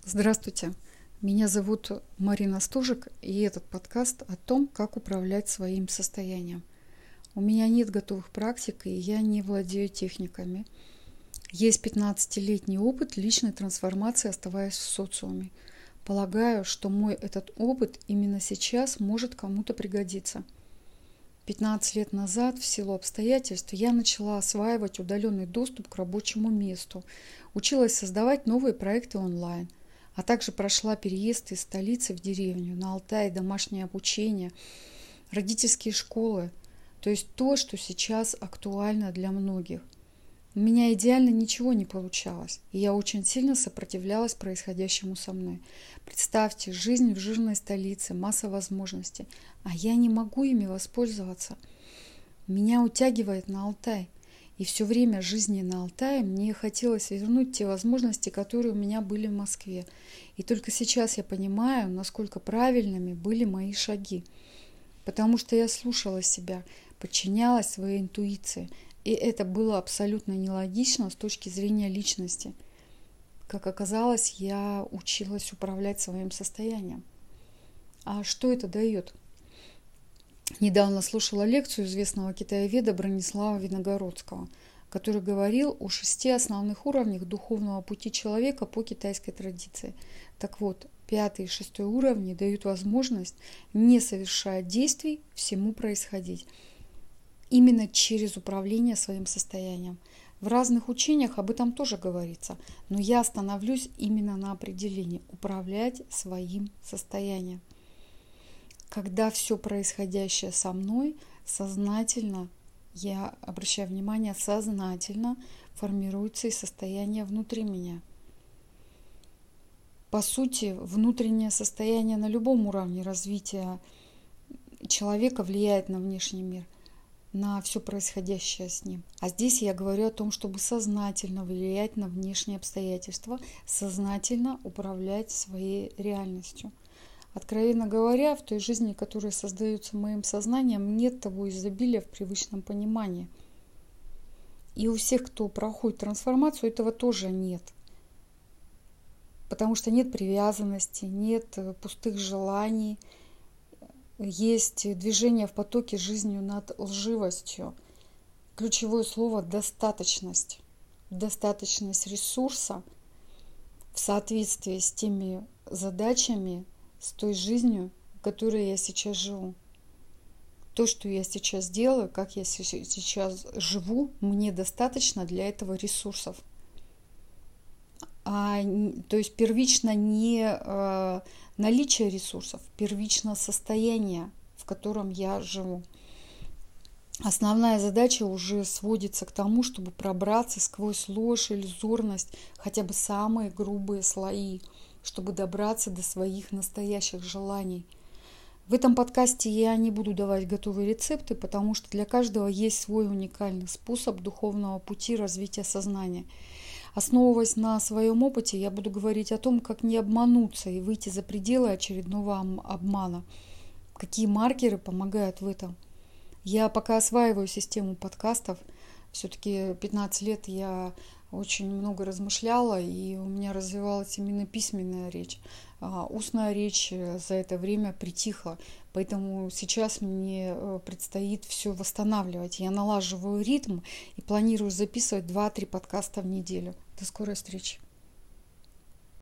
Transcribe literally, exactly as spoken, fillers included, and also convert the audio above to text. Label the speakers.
Speaker 1: Здравствуйте, меня зовут Марина Стужик, и этот подкаст о том, как управлять своим состоянием. У меня нет готовых практик, и я не владею техниками. Есть пятнадцатилетний опыт личной трансформации, оставаясь в социуме. Полагаю, что мой этот опыт именно сейчас может кому-то пригодиться. пятнадцать лет назад, в силу обстоятельств, я начала осваивать удаленный доступ к рабочему месту, училась создавать новые проекты онлайн, а также прошла переезд из столицы в деревню, на Алтай, домашнее обучение, родительские школы, то есть то, что сейчас актуально для многих. У меня идеально ничего не получалось, и я очень сильно сопротивлялась происходящему со мной. Представьте, жизнь в жирной столице, масса возможностей, а я не могу ими воспользоваться. Меня утягивает на Алтай, и все время жизни на Алтае мне хотелось вернуть те возможности, которые у меня были в Москве. И только сейчас я понимаю, насколько правильными были мои шаги, потому что я слушала себя, подчинялась своей интуиции. И это было абсолютно нелогично с точки зрения личности. Как оказалось, я училась управлять своим состоянием. А что это дает? Недавно слушала лекцию известного китаеведа Бронислава Виногородского, который говорил о шести основных уровнях духовного пути человека по китайской традиции. Так вот, пятый и шестой уровни дают возможность, не совершая действий, всему происходить. Именно через управление своим состоянием. В разных учениях об этом тоже говорится, но я остановлюсь именно на определении – управлять своим состоянием. Когда все происходящее со мной сознательно, я обращаю внимание, сознательно формируется из состояния внутри меня. По сути, внутреннее состояние на любом уровне развития человека влияет на внешний мир, на все происходящее с ним. А здесь я говорю о том, чтобы сознательно влиять на внешние обстоятельства, сознательно управлять своей реальностью. Откровенно говоря, в той жизни, которая создается моим сознанием, нет того изобилия в привычном понимании. И у всех, кто проходит трансформацию, этого тоже нет. Потому что нет привязанности, нет пустых желаний, есть движение в потоке жизнью над лживостью. Ключевое слово – достаточность. Достаточность ресурса в соответствии с теми задачами, с той жизнью, в которой я сейчас живу. То, что я сейчас делаю, как я сейчас живу, мне достаточно для этого ресурсов. А, то есть первично не э, наличие ресурсов, первично состояние, в котором я живу. Основная задача уже сводится к тому, чтобы пробраться сквозь ложь, иллюзорность, хотя бы самые грубые слои, чтобы добраться до своих настоящих желаний. В этом подкасте я не буду давать готовые рецепты, потому что для каждого есть свой уникальный способ духовного пути развития сознания. Основываясь на своем опыте, я буду говорить о том, как не обмануться и выйти за пределы очередного обмана. Какие маркеры помогают в этом? Я пока осваиваю систему подкастов. Все-таки пятнадцать лет я очень много размышляла, и у меня развивалась именно письменная речь. А устная речь за это время притихла, поэтому сейчас мне предстоит все восстанавливать. Я налаживаю ритм и планирую записывать два-три подкаста в неделю. До скорой встречи.